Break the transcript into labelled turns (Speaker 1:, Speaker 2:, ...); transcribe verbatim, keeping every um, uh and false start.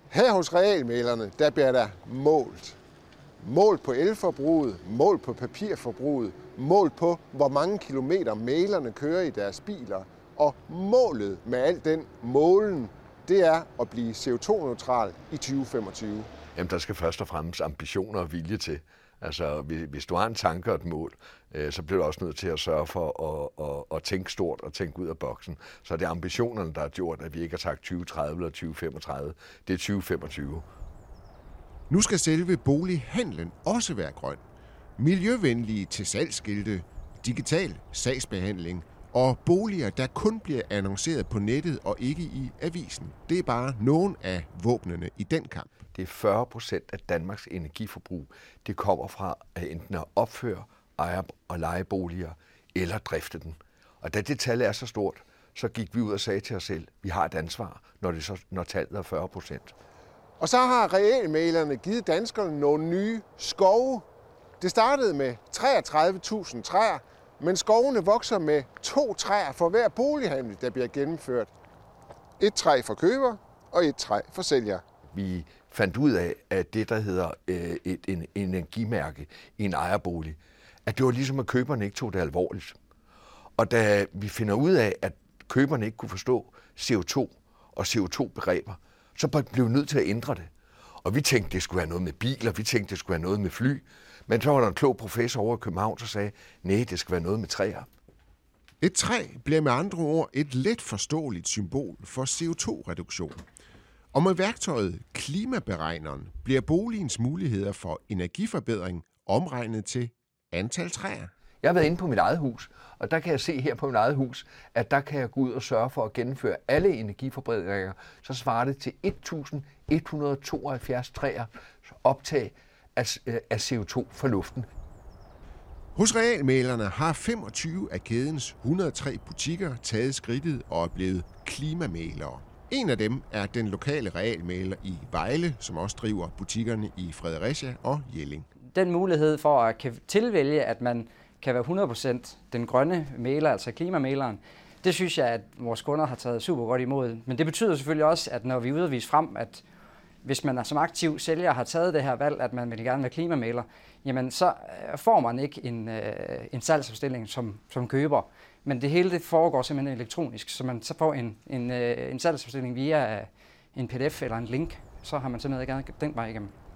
Speaker 1: Her hos realmælerne, der bliver der målt. Målt på elforbruget, målt på papirforbruget, målt på, hvor mange kilometer mælerne kører i deres biler. Og målet med al den målen, det er at blive C O to neutral i tyve femogtyve.
Speaker 2: Jamen, der skal først og fremmest ambitioner og vilje til. Altså, hvis du har en tanke og et mål, så bliver du også nødt til at sørge for at, at, at tænke stort og tænke ud af boksen. Så det er ambitionerne, der har gjort, at vi ikke har sagt tyve tredive eller tyve femogtredive. Det er tyve femogtyve.
Speaker 1: Nu skal selve bolighandlen også være grøn. Miljøvenlige til salgsskilte, digital sagsbehandling og boliger, der kun bliver annonceret på nettet og ikke i avisen. Det er bare nogle af våbnene i den kamp.
Speaker 2: Det er fyrre procent af Danmarks energiforbrug. Det kommer fra at enten at opføre, eje og leje boliger eller drifte den. Og da det tal er så stort, så gik vi ud og sagde til os selv, at vi har et ansvar, når, det så, når tallet er fyrre procent.
Speaker 1: Og så har realmælerne givet danskerne nogle nye skove. Det startede med treogtredive tusind træer, men skovene vokser med to træer for hver bolighandel, der bliver gennemført. Et træ for køber og et træ for sælger.
Speaker 2: Vi fandt ud af, at det, der hedder øh, et en energimærke i en ejerbolig, at det var ligesom, at køberne ikke tog det alvorligt. Og da vi finder ud af, at køberne ikke kunne forstå C O to og C O to-begreber, så blev vi nødt til at ændre det. Og vi tænkte, det skulle være noget med biler, vi tænkte, det skulle være noget med fly. Men så var der en klog professor over i København, der sagde, nej, det skal være noget med træer.
Speaker 1: Et træ bliver med andre ord et let forståeligt symbol for C O to reduktion. Og med værktøjet klimaberegneren bliver boligens muligheder for energiforbedring omregnet til antal træer.
Speaker 2: Jeg har været inde på mit eget hus, og der kan jeg se her på mit eget hus, at der kan jeg gå ud og sørge for at gennemføre alle energiforbedringer. Så svarer det til et tusind et hundrede og tooghalvfjerds træer optag af C O to fra luften.
Speaker 1: Hos realmælerne har femogtyve af kædens et hundrede og tre butikker taget skridtet og er blevet klimamælere. En af dem er den lokale realmæler i Vejle, som også driver butikkerne i Fredericia og Jelling.
Speaker 3: Den mulighed for at kan tilvælge, at man kan være hundrede procent den grønne mæler, altså klimamæleren, det synes jeg, at vores kunder har taget super godt imod. Men det betyder selvfølgelig også, at når vi udviser frem, at hvis man som aktiv sælger har taget det her valg, at man vil gerne være klimamæler, jamen så får man ikke en, en salgsopstilling som, som køber. Men det hele det foregår simpelthen elektronisk, så man så får en, en, en salgsopstilling via en P D F eller en link, så har man simpelthen ikke den vej igennem.